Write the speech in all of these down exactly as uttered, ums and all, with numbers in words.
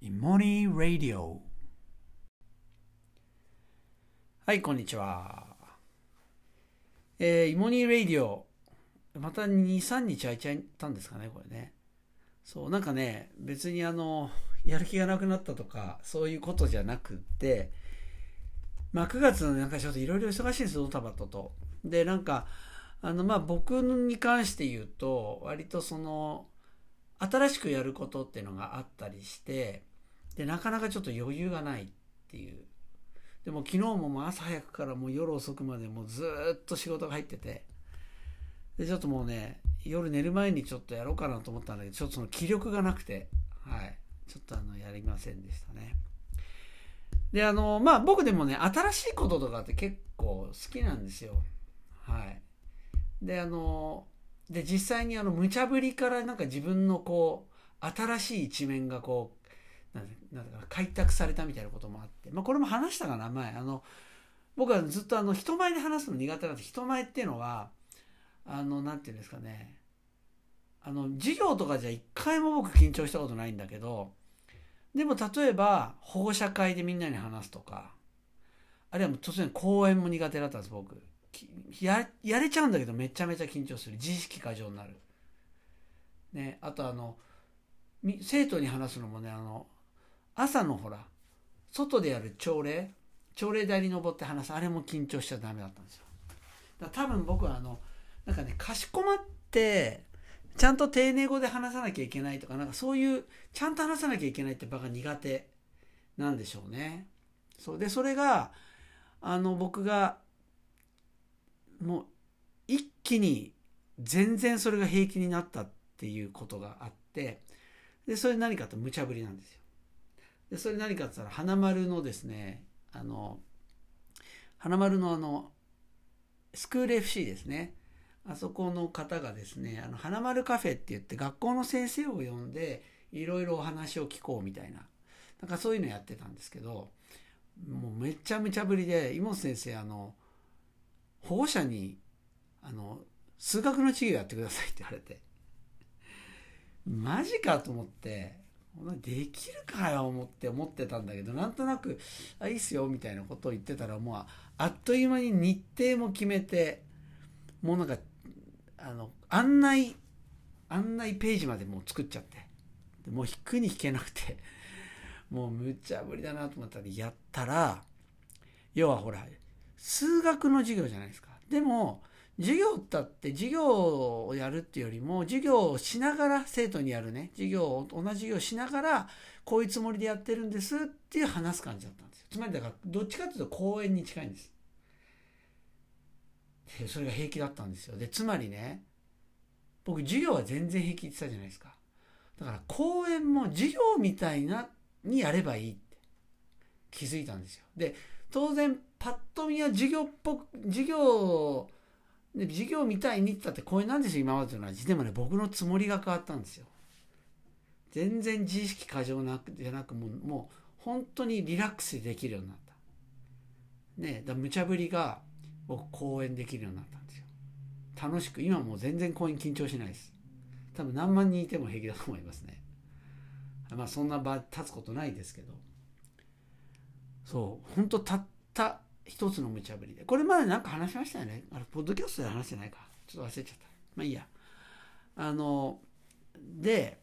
イモニーラディオ。はい、こんにちは。えー、イモニーラディオ。またに、さんにち空いちゃったんですかね、これね。そう、なんかね、別にあの、やる気がなくなったとか、そういうことじゃなくって、まあくがつのなんかちょっといろいろ忙しいんですよ、ドタバタと。で、なんか、あの、まあ僕に関して言うと、割とその、新しくやることっていうのがあったりして、で、なかなかちょっと余裕がないっていう。でも昨日ももう朝早くからもう夜遅くまでもうずーっと仕事が入ってて、で、ちょっともうね、夜寝る前にちょっとやろうかなと思ったんだけど、ちょっとその気力がなくて、はい。ちょっとあの、やりませんでしたね。で、あの、まあ僕でもね、新しいこととかって結構好きなんですよ。はい。で、あの、で、実際にあの、無茶ぶりからなんか自分のこう、新しい一面がこう、なんなんだか開拓されたみたいなこともあって、まあこれも話したかな、前。あの、僕はずっとあの、人前で話すの苦手なんです。人前っていうのは、あの、なんていうんですかね、あの、授業とかじゃ一回も僕緊張したことないんだけど、でも例えば、保護者会でみんなに話すとか、あるいはもう突然講演も苦手だったんです、僕。や、やれちゃうんだけどめちゃめちゃ緊張する。自意識過剰になる。ね、あとあの、生徒に話すのもね、あの、朝のほら、外でやる朝礼、朝礼台に登って話す、あれも緊張しちゃダメだったんですよ。だから多分僕はあの、なんかね、かしこまって、ちゃんと丁寧語で話さなきゃいけないとか、なんかそういう、ちゃんと話さなきゃいけないって場が苦手なんでしょうね。そうで、それが、あの、僕が、もう、一気に、全然それが平気になったっていうことがあって、で、それ何かと無茶ぶりなんですよ。で、それ何かって言ったら、花丸のですね、あの、花丸のあの、スクール エフシー ですね。あそこの方がですね、あの、花丸カフェって言って学校の先生を呼んで、いろいろお話を聞こうみたいな。なんかそういうのやってたんですけど、もうめっちゃ無茶ぶりで、妹先生、あの、保護者に、あの、数学の授業やってくださいって言われて、マジかと思って、できるかよ思って思ってたんだけど、なんとなく、あ、いいっすよみたいなことを言ってたら、もう、あっという間に日程も決めて、もうなんか、あの、案内、案内ページまでもう作っちゃって、でもう引くに引けなくて、もう無茶ぶりだなと思ったら、やったら、要はほら、数学の授業じゃないですか。でも、授業だって授業をやるっていうよりも、授業をしながら生徒にやるね、授業を、同じ授業をしながら、こういうつもりでやってるんですっていう話す感じだったんですよ。つまりだから、どっちかというと講演に近いんです。でそれが平気だったんですよ。で、つまりね、僕授業は全然平気って言ってたじゃないですか。だから講演も授業みたいな、にやればいいって気づいたんですよ。で、当然、パッと見は授業っぽく、授業、で授業みたいに言ったってこれなんですよ今までの味。でもね、僕のつもりが変わったんですよ。全然自意識過剰なくじゃなくもうもう本当にリラックスできるようになったね。だ無茶ぶりが僕講演できるようになったんですよ。楽しく。今もう全然講演緊張しないです。多分何万人いても平気だと思いますね。まあそんな場立つことないですけど、そう本当たった一つの無茶ぶりで、これまでなんか話しましたよね。あれポッドキャストで話してないか、ちょっと忘れちゃった。まあいいや。あので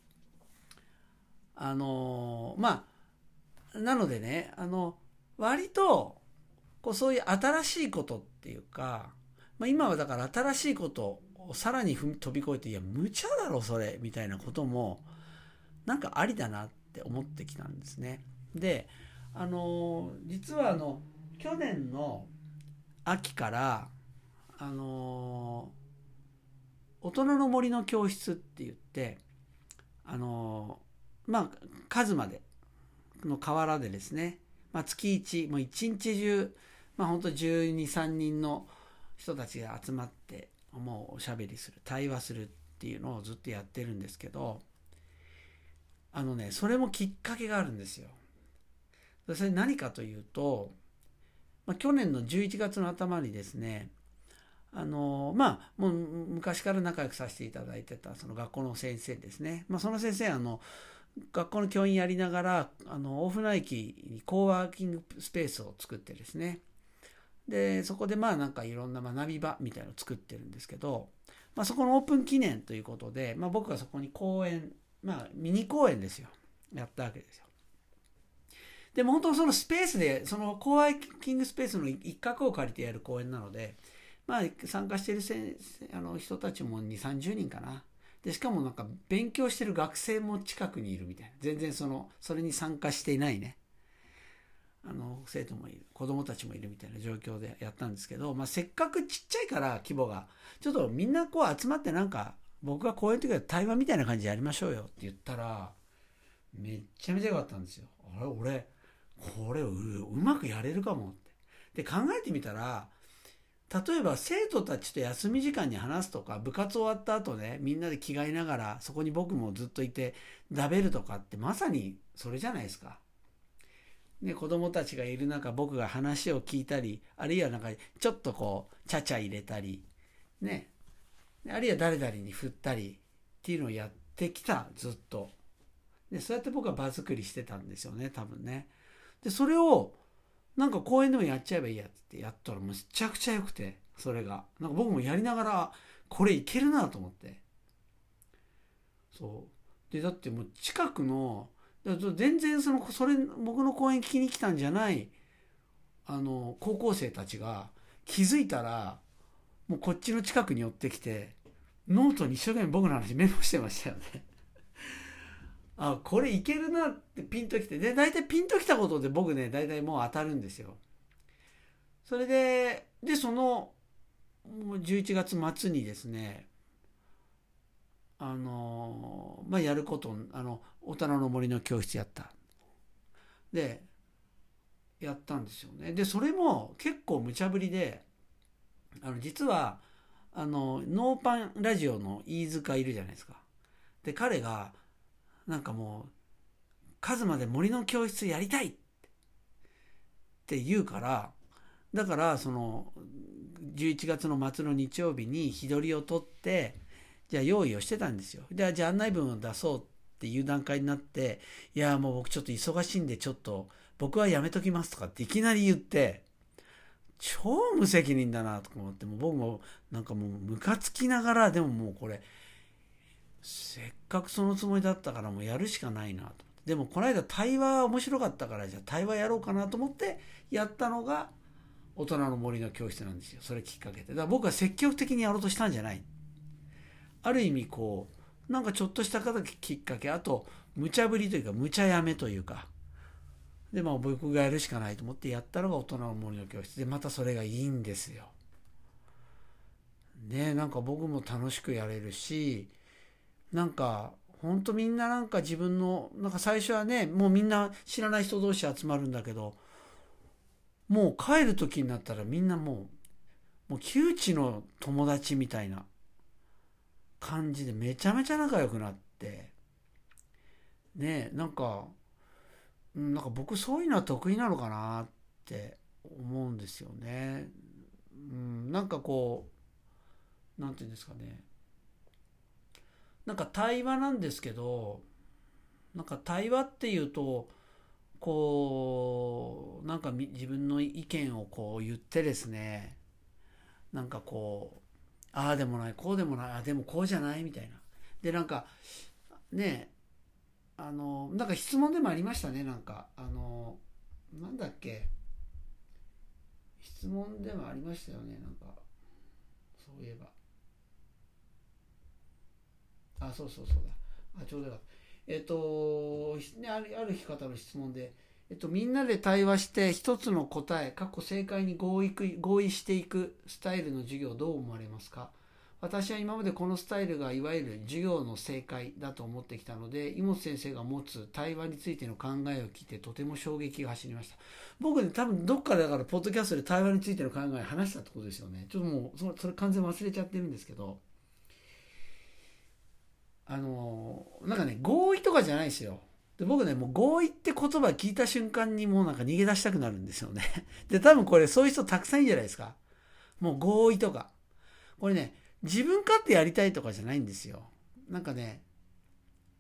あのまあなのでね、あの割とこうそういう新しいことっていうか、まあ、今はだから新しいことをさらに踏み飛び越えて、いや無茶だろそれみたいなこともなんかありだなって思ってきたんですね。で、あの実はあの去年の秋からあの大人の森の教室って言って、あのまあ数までの河原でですね、まあ、月いち、もう一日中、まあ本当じゅうに、さんにんの人たちが集まって、もうおしゃべりする、対話するっていうのをずっとやってるんですけど、あのね、それもきっかけがあるんですよ。それ何かというと、まあ、去年のじゅういちがつの頭にですね、あのまあもう昔から仲良くさせていただいてたその学校の先生ですね、まあ、その先生あの学校の教員やりながら、あの、大船駅にコーワーキングスペースを作ってですね、で、そこでまあなんかいろんな学び場みたいなのを作ってるんですけど、まあそこのオープン記念ということで、まあ僕はそこに講演、まあミニ講演ですよ、やったわけですよ。でも本当そのスペースで、そのコーワーキングスペースの一角を借りてやる講演なので、まあ参加しているせあの人たちもにじゅう、さんじゅうにんかな。で、しかもなんか勉強してる学生も近くにいるみたいな。全然その、それに参加していないね。あの、生徒もいる。子供たちもいるみたいな状況でやったんですけど、まあせっかくちっちゃいから規模が、ちょっとみんなこう集まってなんか、僕が講演の時は対話みたいな感じでやりましょうよって言ったら、めっちゃめちゃ良かったんですよ。あれ、俺、これう、うまくやれるかもって。で、考えてみたら、例えば生徒たちと休み時間に話すとか、部活終わった後ね、みんなで着替えながら、そこに僕もずっといて、食べるとかってまさにそれじゃないですか。ね、子供たちがいる中、僕が話を聞いたり、あるいはなんかちょっとこう、ちゃちゃ入れたり、ね、あるいは誰々に振ったりっていうのをやってきた、ずっと。で、そうやって僕は場作りしてたんですよね、多分ね。で、それを、なんか公園でもやっちゃえばいいやってやったらめちゃくちゃ良くて、それが。なんか僕もやりながら、これいけるなと思って。そう。で、だってもう近くの、全然その、それ、僕の公園聞きに来たんじゃない、あの、高校生たちが気づいたら、もうこっちの近くに寄ってきて、ノートに一生懸命僕の話メモしてましたよね。あ、これいけるなってピンときて。で、大体ピンときたことで僕ね、大体もう当たるんですよ。それで、で、その、もうじゅういちがつ末にですね、あの、まあ、やること、あの、大人の森の教室やった。で、やったんですよね。で、それも結構無茶ぶりで、あの、実は、あの、ノーパンラジオの飯塚いるじゃないですか。で、彼が、なんかもう、カズマで森の教室やりたいって言うから、だからそのじゅういちがつの末の日曜日に日取りを取って、じゃあ用意をしてたんですよ。で、じゃあ案内文を出そうっていう段階になって、いやもう僕ちょっと忙しいんでちょっと僕はやめときますとかっていきなり言って、超無責任だなとか思って、もう僕もなんかもうムカつきながら、でももうこれせっかくそのつもりだったからもうやるしかないなと。でもこの間対話面白かったから、じゃあ対話やろうかなと思ってやったのが大人の森の教室なんですよ。それきっかけで。だから僕は積極的にやろうとしたんじゃない。ある意味こう、なんかちょっとしたきっかけ、あと無茶ぶりというか無茶やめというか。で、まあ僕がやるしかないと思ってやったのが大人の森の教室で、またそれがいいんですよ。ね、なんか僕も楽しくやれるし、なんかほんとみんななんか自分のなんか最初はね、もうみんな知らない人同士集まるんだけど、もう帰る時になったらみんなもうもう旧知の友達みたいな感じでめちゃめちゃ仲良くなって、ね、なんかなんか僕そういうのは得意なのかなって思うんですよね。うん、なんかこうなんていうんですかね、なんか対話なんですけど、なんか対話っていうとこうなんか自分の意見をこう言ってですね、なんかこうああでもないこうでもない、あでもこうじゃないみたいな、でなんかね、あのなんか質問でもありましたね。なんかあのなんだっけ、質問でもありましたよね。なんかそういえば、あ、そうそうそうだ。あ、ちょうどよかった。えっと、ね、ある、ある日方の質問で、えっと、みんなで対話して一つの答え、過去正解に合意合意していくスタイルの授業どう思われますか？私は今までこのスタイルがいわゆる授業の正解だと思ってきたので、井本先生が持つ対話についての考えを聞いてとても衝撃が走りました。僕ね、多分どっかでだからポッドキャストで対話についての考えを話したってことですよね。ちょっともうそれ、それ完全忘れちゃってるんですけど、あのなんかね、合意とかじゃないですよ。で僕ね、もう合意って言葉聞いた瞬間にもうなんか逃げ出したくなるんですよね。で、多分これそういう人たくさんいるじゃないですか。もう合意とか。これね、自分勝手やりたいとかじゃないんですよ。なんかね、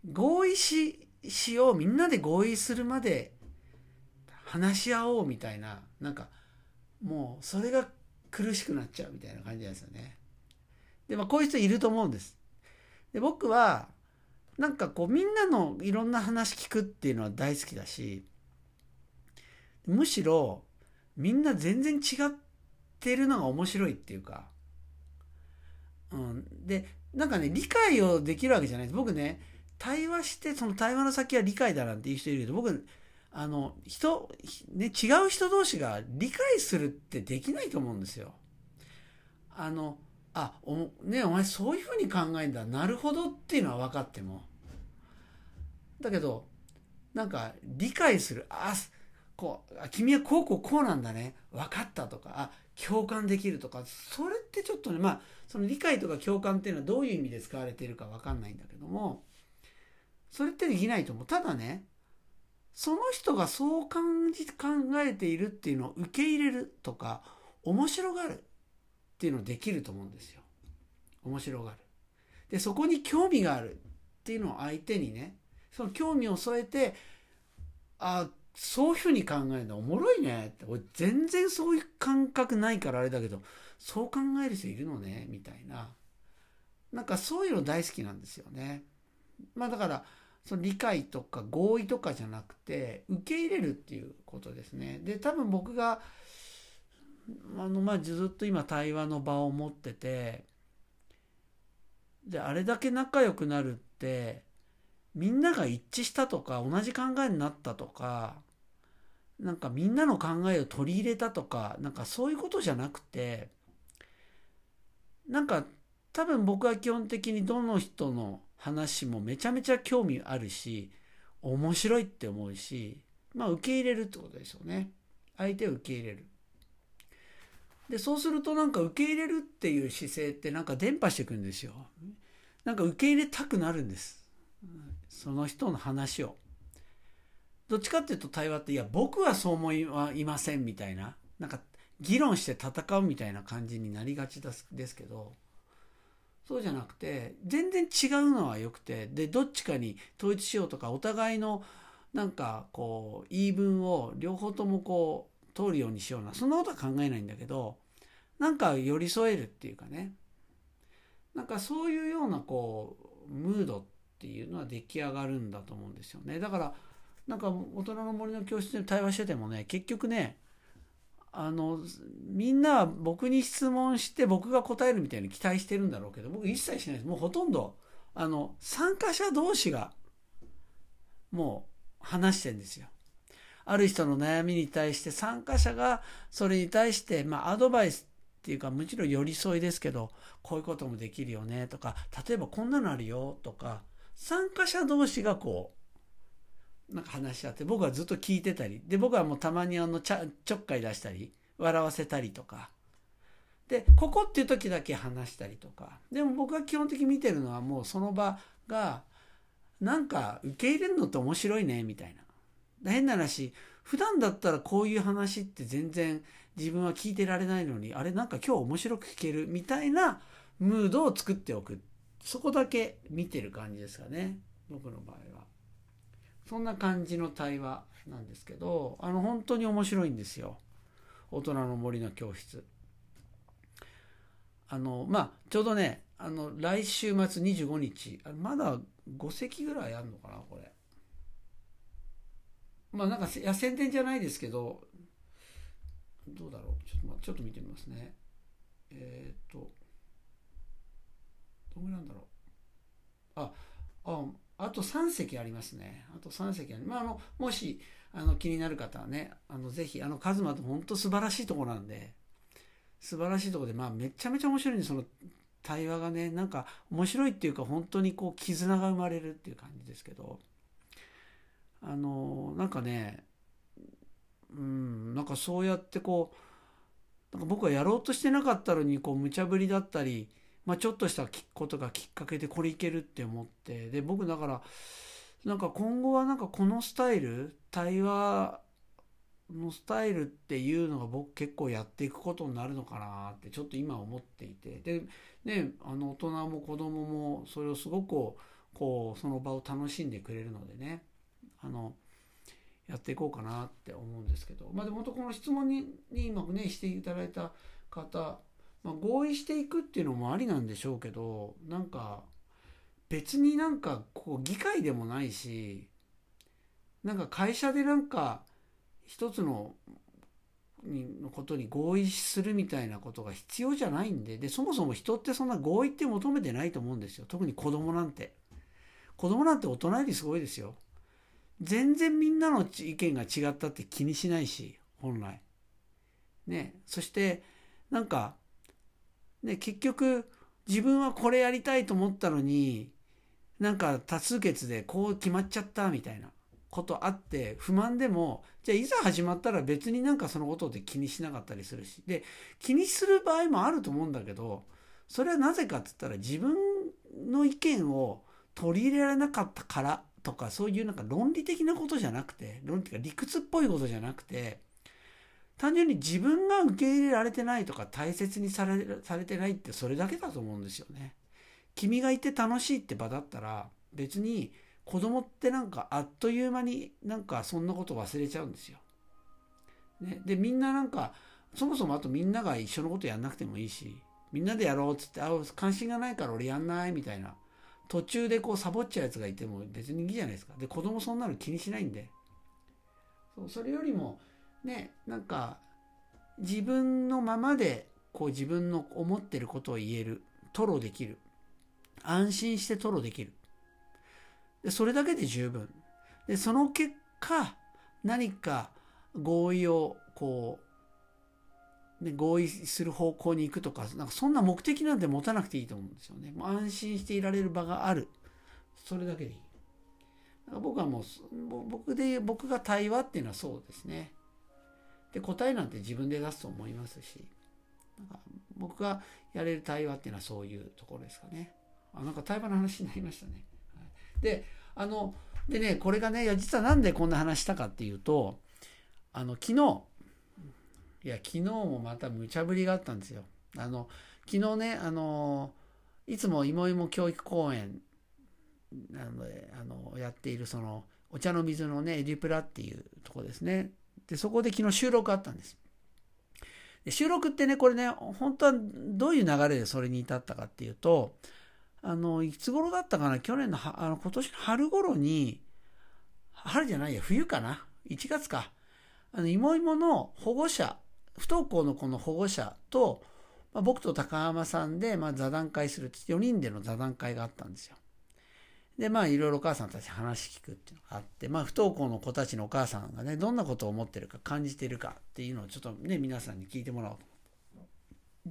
合意し、しよう、みんなで合意するまで話し合おうみたいな、なんかもうそれが苦しくなっちゃうみたいな感じなんですよね。で、まあこういう人いると思うんです。で、僕はなんかこうみんなのいろんな話聞くっていうのは大好きだし、むしろみんな全然違ってるのが面白いっていうか、うん、でなんかね理解をできるわけじゃないです。僕ね、対話してその対話の先は理解だなんていう人いるけど、僕あの人、ね、違う人同士が理解するってできないと思うんですよ。あのあおねお前そういうふうに考えるんだ、なるほどっていうのは分かっても、だけどなんか理解する、あこうあ君はこうこうこうなんだね、分かったとか、あ共感できるとか、それってちょっとね、まあその理解とか共感っていうのはどういう意味で使われているか分かんないんだけども、それってできないと思う。ただね、その人がそう感じ考えているっていうのを受け入れるとか面白がるっていうのできると思うんですよ。面白がる。でそこに興味があるっていうのを相手にね、その興味を添えて、あそういうふうに考えるのおもろいねって、俺全然そういう感覚ないからあれだけど、そう考える人いるのねみたいな、なんかそういうの大好きなんですよね。まあだからその理解とか合意とかじゃなくて受け入れるっていうことですね。で多分僕があのまあずっと今対話の場を持ってて、であれだけ仲良くなるってみんなが一致したとか同じ考えになったとか、なんかみんなの考えを取り入れたとか、なんかそういうことじゃなくて、なんか多分僕は基本的にどの人の話もめちゃめちゃ興味あるし面白いって思うし、まあ受け入れるってことですよね。相手を受け入れる。でそうするとなんか受け入れるっていう姿勢ってなんか伝播していくんですよ。なんか受け入れたくなるんです、その人の話を。どっちかっていうと対話って、いや僕はそう思いませんみたいな、なんか議論して戦うみたいな感じになりがちですけど、そうじゃなくて全然違うのはよくて、でどっちかに統一しようとか、お互いのなんかこう言い分を両方ともこう通るようにしような、そんなことは考えないんだけど、なんか寄り添えるっていうかね、なんかそういうようなこうムードっていうのは出来上がるんだと思うんですよね。だからなんか大人の森の教室で対話しててもね、結局ね、あのみんなは僕に質問して僕が答えるみたいに期待してるんだろうけど、僕一切しないです。もうほとんどあの参加者同士がもう話してるんですよ。ある人の悩みに対して参加者がそれに対して、まあ、アドバイスっていうか、もちろん寄り添いですけど、こういうこともできるよねとか、例えばこんなのあるよとか、参加者同士がこうなんか話し合って、僕はずっと聞いてたりで、僕はもうたまにあのちゃちょっかい出したり笑わせたりとかで、ここっていう時だけ話したりとか。でも僕が基本的に見てるのはもうその場がなんか受け入れるのって面白いねみたいな。変な話、普段だったらこういう話って全然自分は聞いてられないのに、あれなんか今日面白く聞けるみたいなムードを作っておく、そこだけ見てる感じですかね、僕の場合は。そんな感じの対話なんですけど、あの本当に面白いんですよ、大人の森の教室。あのまあちょうどね、あの来週末にじゅうごにち、まだご席ぐらいあるのかなこれ。まあなんかいや宣伝じゃないですけど、どうだろう、ちょっと、ま、ちょっと見てみますね。えー、っとどんぐらいなんだろう。あああとさん席ありますね。あとさん席あり、まあ、あのもしあの気になる方はね、あのぜひ、あのカズマって本当素晴らしいところなんで、素晴らしいところで、まあめちゃめちゃ面白いんで、その対話がね、なんか面白いっていうか、本当にこう絆が生まれるっていう感じですけど、あのなんかね、うんなんかそうやってこう、なんか僕はやろうとしてなかったのにこう無茶ぶりだったり、まあ、ちょっとしたことがきっかけでこれいけるって思って、で僕だからなんか今後はなんかこのスタイル、対話のスタイルっていうのが僕結構やっていくことになるのかなってちょっと今思っていて、でね、あの大人も子供もそれをすごくこうその場を楽しんでくれるのでね、あのやっていこうかなって思うんですけど、まあでも本当この質問にに今ねしていただいた方、まあ、合意していくっていうのもありなんでしょうけど、なんか別になんかこう議会でもないし、なんか会社でなんか一つののことに合意するみたいなことが必要じゃないんで、でそもそも人ってそんな合意って求めてないと思うんですよ。特に子供なんて子供なんて大人よりすごいですよ。全然みんなの意見が違ったって気にしないし、本来ね。そしてなんかね、結局自分はこれやりたいと思ったのに、なんか多数決でこう決まっちゃったみたいなことあって不満でも、じゃあいざ始まったら別になんかそのことで気にしなかったりするし、で気にする場合もあると思うんだけど、それはなぜかって言ったら自分の意見を取り入れられなかったからとか、そういうなんか論理的なことじゃなくて、論理的な理屈っぽいことじゃなくて、単純に自分が受け入れられてないとか大切にされ、されてないって、それだけだと思うんですよね。君がいて楽しいって場だったら、別に子供ってなんかあっという間になんかそんなこと忘れちゃうんですよ。ね、でみんななんかそもそもあとみんなが一緒のことやんなくてもいいし、みんなでやろうっつって、あ関心がないから俺やんないみたいな、途中でこうサボっちゃうやつがいても別にいいじゃないですか。で子供そんなの気にしないんで、そうそれよりもね、なんか自分のままでこう自分の思ってることを言える、吐露できる、安心して吐露できる、でそれだけで十分で、その結果何か合意をこう、ね、合意する方向に行くとか、なんかそんな目的なんて持たなくていいと思うんですよね。もう安心していられる場がある、それだけでいい。だから僕はもう僕で僕が対話っていうのはそうですね。で答えなんて自分で出すと思いますし、なんか僕がやれる対話っていうのはそういうところですかね。あ、なんか対話の話になりましたね。はい、であのでね、これがね、いや実はなんでこんな話したかっていうと、あの昨日いや昨日もまた無茶ぶりがあったんですよ。あの昨日ね、あのいつもいもいも教育公演なのであのやっているそのお茶の水のねエデュプラっていうところですね。でそこで昨日収録あったんです。で収録ってね、これね、本当はどういう流れでそれに至ったかっていうと、あのいつ頃だったかな、去年のあの今年の春頃に、春じゃないや冬かな、いちがつか、あのいもいもの保護者、不登校の子の保護者と、まあ、僕と高浜さんで、まあ、座談会するってよにんでの座談会があったんですよ。でまあいろいろお母さんたち話聞くっていうのがあって、まあ、不登校の子たちのお母さんがねどんなことを思ってるか感じているかっていうのをちょっとね皆さんに聞いてもらおうと思って、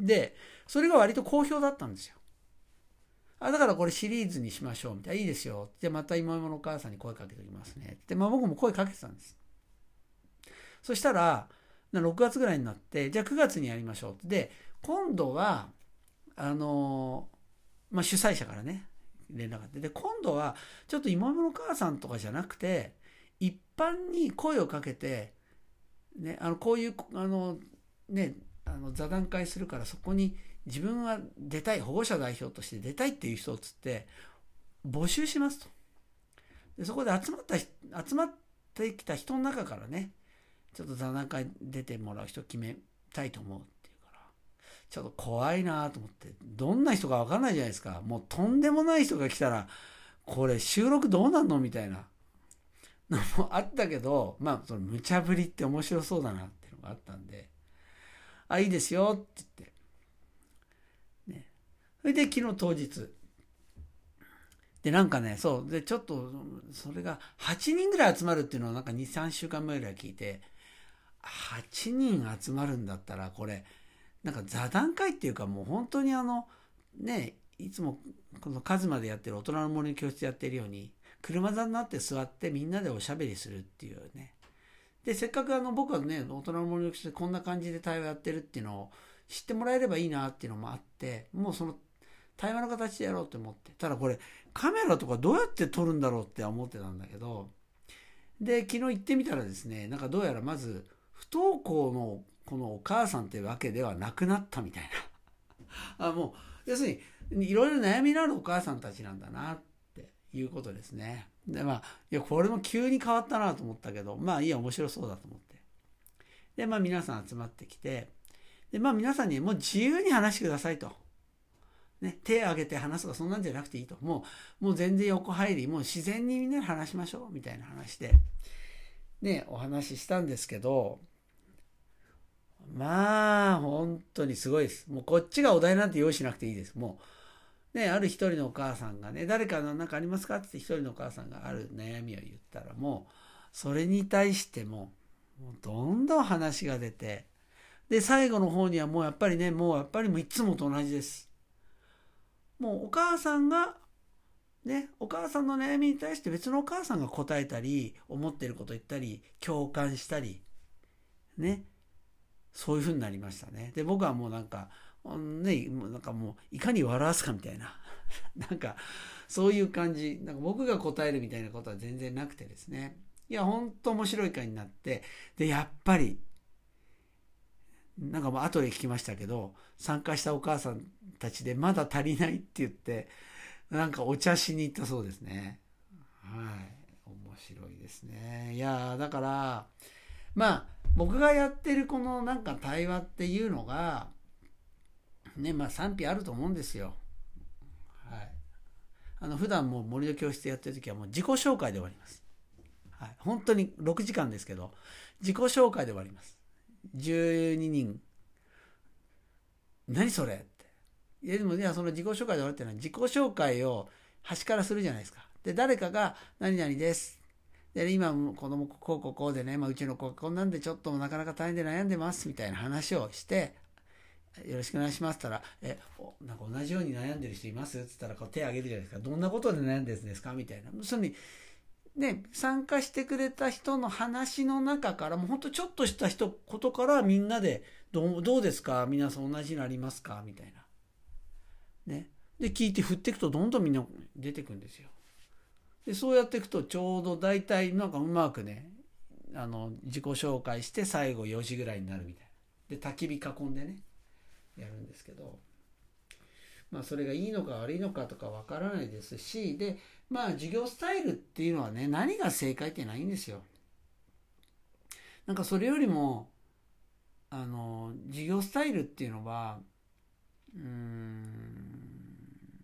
でそれが割と好評だったんですよ。あだからこれシリーズにしましょうみたいな、いいですよで、また今今のお母さんに声かけておきますねって、まあ、僕も声かけてたんです。そしたらろくがつぐらいになって、じゃあくがつにやりましょうって、で今度はあのー、まあ主催者からね連絡があって、で今度はちょっと今のお母さんとかじゃなくて一般に声をかけて、ね、あのこういうあの、ね、あの座談会するからそこに自分は出たい、保護者代表として出たいっていう人をつって募集しますと。でそこで集まった集まってきた人の中からねちょっと座談会出てもらう人を決めたいと思うっていうから、ちょっと怖いなと思って、どんな人か分かんないじゃないですか。もうとんでもない人が来たらこれ収録どうなんのみたいなのもあったけど、まあその無茶ぶりって面白そうだなっていうのがあったんで、あいいですよって言ってね、それで昨日当日でなんかね、そうでちょっとそれがはちにんぐらい集まるっていうのをなんか にさんしゅうかんまえぐらい聞いて、はちにん集まるんだったらこれなんか座談会っていうか、もう本当にあのね、いつもこのカズマでやってる大人の森の教室やってるように車座になって座ってみんなでおしゃべりするっていうね。でせっかくあの僕はね大人の森の教室でこんな感じで対話やってるっていうのを知ってもらえればいいなっていうのもあって、もうその対話の形でやろうと思って、ただこれカメラとかどうやって撮るんだろうって思ってたんだけど、で昨日行ってみたらですね、なんかどうやらまず不登校のこのお母さんっていうわけではなくなったみたいなあもう要するにいろいろ悩みのあるお母さんたちなんだなっていうことですね。でまあいやこれも急に変わったなと思ったけど、まあいいや面白そうだと思って、でまあ皆さん集まってきて、でまあ皆さんにもう自由に話してくださいと。ね、手を挙げて話すとかそんなんじゃなくていいと。もう、もう全然横入り、もう自然にみんなで話しましょうみたいな話で、ね、お話ししたんですけど、まあ、本当にすごいです。もうこっちがお題なんて用意しなくていいです。もう、ね、ある一人のお母さんがね、誰かの何かありますかって一人のお母さんがある悩みを言ったら、もう、それに対しても、もうどんどん話が出て、で、最後の方にはもうやっぱりね、もうやっぱりもういつもと同じです。もうお母さんがね、お母さんの悩みに対して別のお母さんが答えたり、思っていること言ったり、共感したり、ね、そういう風になりましたね。で、僕はもうなんか、ね、なんかもういかに笑わすかみたいな、なんかそういう感じ、なんか僕が答えるみたいなことは全然なくてですね。いや、ほんと面白い回になって、で、やっぱり、なんかもう後で聞きましたけど、参加したお母さんたちでまだ足りないって言って、なんかお茶しに行ったそうですね。はい。面白いですね。いやだから、まあ、僕がやってるこのなんか対話っていうのが、ね、まあ賛否あると思うんですよ。はい。あの、普段もう森の教室でやってる時はもう自己紹介で終わります。はい。本当にろくじかんですけど、自己紹介で終わります。じゅうににん。何それって。いやでも、いや、その自己紹介で終わるっていうのは自己紹介を端からするじゃないですか。で、誰かが何々です。で、今、子供こうこうこうでね、まあ、うちの子こんなんでちょっとなかなか大変で悩んでますみたいな話をして、よろしくお願いしますって言ったら、え、なんか同じように悩んでる人いますって言ったらこう手を挙げるじゃないですか。どんなことで悩んでるんですかみたいな。それに、ね、参加してくれた人の話の中から、もうほんとちょっとした人ことからみんなで、どう、どうですか皆さん同じのありますかみたいな。ね。で、聞いて振っていくとどんどんみんな出てくるんですよ。で、そうやっていくとちょうど大体なんかうまくね、あの、自己紹介して最後よじぐらいになるみたいな。で、焚き火囲んでね、やるんですけど、まあそれがいいのか悪いのかとかわからないですし、で、まあ授業スタイルっていうのはね、何が正解ってないんですよ。なんかそれよりも、あの、授業スタイルっていうのは、うーん、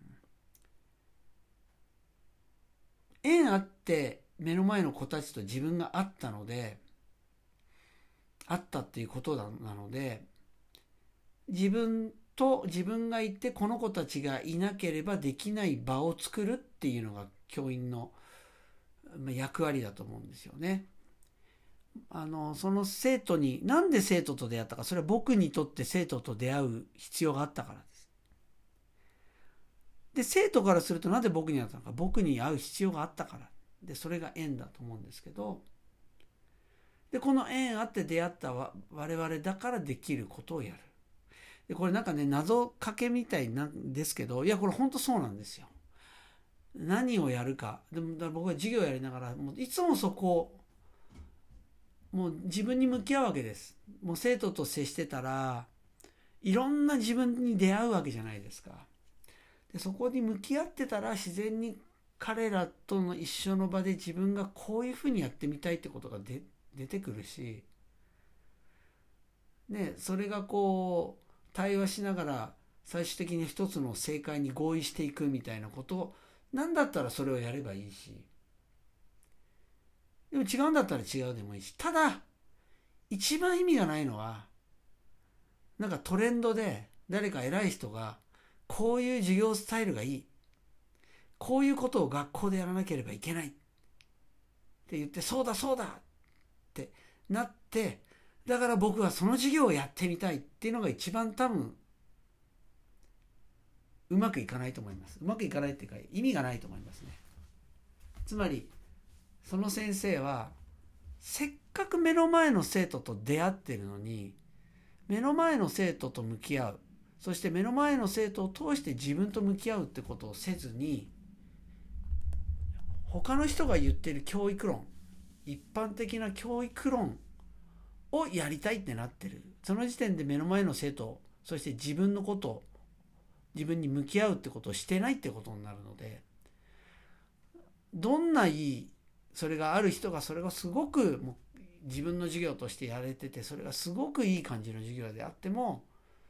縁あって目の前の子たちと自分があったので、あったっていうことなので、自分と自分がいてこの子たちがいなければできない場を作るっていうのが教員の役割だと思うんですよね。あのその生徒になんで生徒と出会ったか、それは僕にとって生徒と出会う必要があったからです。で生徒からするとなんで僕に会ったのか、僕に会う必要があったからで、それが縁だと思うんですけど、でこの縁あって出会った我々だからできることをやる。でこれなんかね、謎かけみたいなんですけど、いやこれ本当そうなんですよ。何をやるか。でもだ僕は授業やりながら、もういつもそこもう自分に向き合うわけです。もう生徒と接してたらいろんな自分に出会うわけじゃないですか。でそこに向き合ってたら自然に彼らとの一緒の場で自分がこういうふうにやってみたいってことが出出てくるし、ね、それがこう対話しながら最終的に一つの正解に合意していくみたいなことを、なんだったらそれをやればいいし、でも違うんだったら違うでもいいし、ただ一番意味がないのは、なんかトレンドで誰か偉い人がこういう授業スタイルがいい、こういうことを学校でやらなければいけないって言って、そうだそうだってなって、だから僕はその授業をやってみたいっていうのが一番多分うまくいかないと思います。うまくいかないっていうか意味がないと思いますね。つまりその先生はせっかく目の前の生徒と出会ってるのに、目の前の生徒と向き合う、そして目の前の生徒を通して自分と向き合うってことをせずに、他の人が言ってる教育論、一般的な教育論をやりたいってなってる。その時点で目の前の生徒、そして自分のこと自分に向き合うってことをしてないってことになるので、 どんないいそれがある人がそれがすごくもう自分の授業としてやれてて、それがすごくいい感じの授業であっても、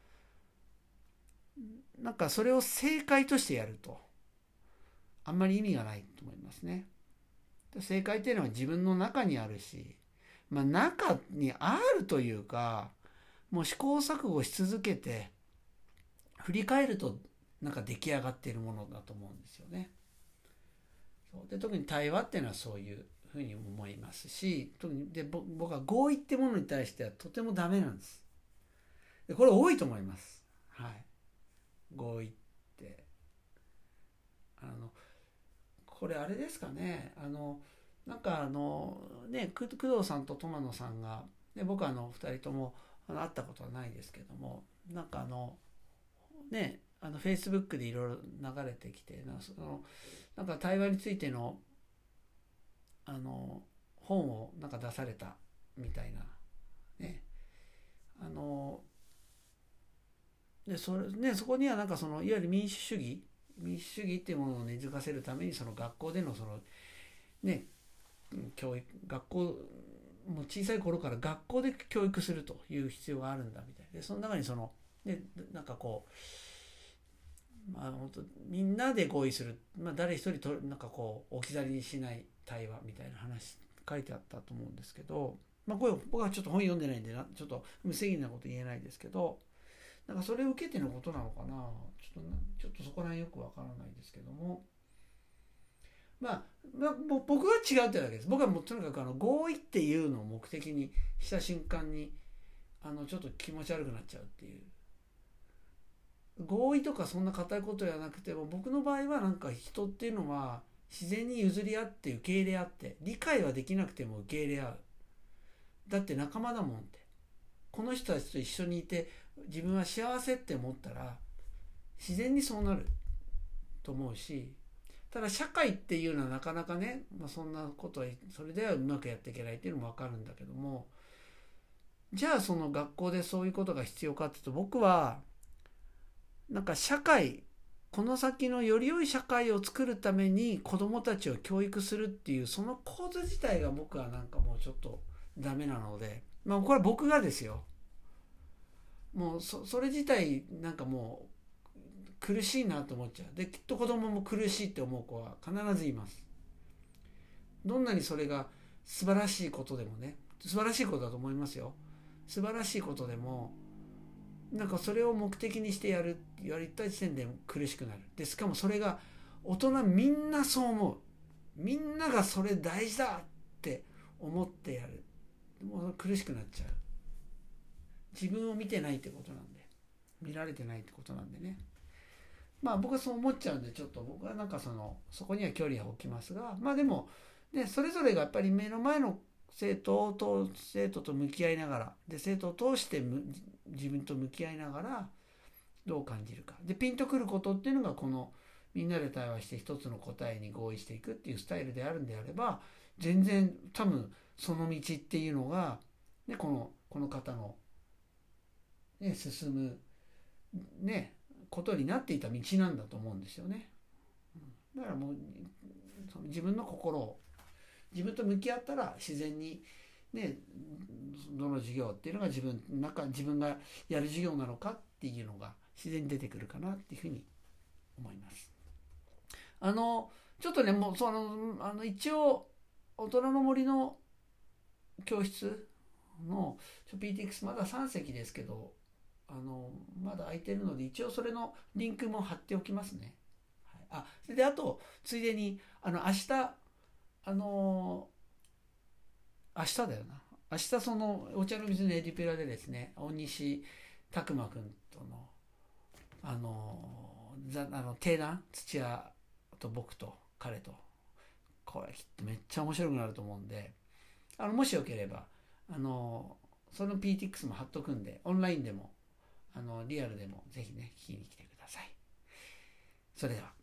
なんかそれを正解としてやるとあんまり意味がないと思いますね。正解っていうのは自分の中にあるし、まあ、中にあるというか、もう試行錯誤し続けて振り返るとなんか出来上がっているものだと思うんですよね。そうで、特に対話っていうのはそういうふうに思いますし、特にで僕は合意ってものに対してはとてもダメなんです。でこれ多いと思います。はい、合意ってあのこれあれですかね、あのなんかあのね工藤さんと友野さんが、で僕はあのふたりともあの会ったことはないですけども、なんかあのねあのフェイスブックでいろいろ流れてきて、なそのなんか対話についてのあの本をなんか出されたみたいなね、あのでそれね、そこにはなんかそのいわゆる民主主義民主主義っていうものを根付かせるために、その学校でのそのね教育、学校もう小さい頃から学校で教育するという必要があるんだみたいで、その中にそのでなんかこう、まあ本当みんなで合意する、まあ、誰一人となんかこう置き去りにしない対話みたいな話書いてあったと思うんですけど、まあこれ僕はちょっと本読んでないんでなちょっと無責任なこと言えないですけど、なんかそれを受けてのことなのかな、ちょっとちょっとそこら辺よくわからないですけども、まあ、まあ、僕は違うってだけです。僕はもうとにかくあの合意っていうのを目的にした瞬間にあのちょっと気持ち悪くなっちゃうっていう。合意とかそんな固いことじゃなくても、僕の場合はなんか人っていうのは自然に譲り合って受け入れ合って、理解はできなくても受け入れ合う。だって仲間だもんって。この人たちと一緒にいて自分は幸せって思ったら自然にそうなると思うし、ただ社会っていうのはなかなかね、まあ、そんなことはそれではうまくやっていけないっていうのも分かるんだけども、じゃあその学校でそういうことが必要かっていうと、僕はなんか社会、この先のより良い社会を作るために子どもたちを教育するっていうその構図自体が僕はなんかもうちょっとダメなので、まあこれは僕がですよ、もう そ, それ自体なんかもう苦しいなと思っちゃう。できっと子供も苦しいって思う子は必ずいます。どんなにそれが素晴らしいことでもね、素晴らしいことだと思いますよ。素晴らしいことでもなんかそれを目的にしてやるやりたい時点で苦しくなる。でしかもそれが大人みんなそう思う。みんながそれ大事だって思ってやる。もう苦しくなっちゃう。自分を見てないってことなんで、見られてないってことなんでね。まあ僕はそう思っちゃうんで、ちょっと僕はなんかそのそこには距離は置きますが、まあでもね、それぞれがやっぱり目の前の生徒と生徒と向き合いながら、で生徒を通して自分と向き合いながらどう感じるかで、ピンとくることっていうのがこのみんなで対話して一つの答えに合意していくっていうスタイルであるんであれば、全然多分その道っていうのが、ね、このこの方の、ね、進むねことになっていた道なんだと思うんですよね。だからもうその自分の心を自分と向き合ったら自然にね、どの授業っていうのが自分中自分がやる授業なのかっていうのが自然に出てくるかなっていうふうに思います。あのちょっとね、もうそのあの一応大人の森の教室の ピーティーエックス まださん席ですけど、あのまだ空いてるので一応それのリンクも貼っておきますね。はい、あそれであとついでにあの明日あの明日だよな明日そのお茶の水のエディペラでですね、大西拓磨君とのあのあの定談、土屋と僕と彼と、これきっとめっちゃ面白くなると思うんで、あのもしよければあのその ピーティーエックス も貼っとくんで、オンラインでもあのリアルでもぜひね聞きに来てください。それでは。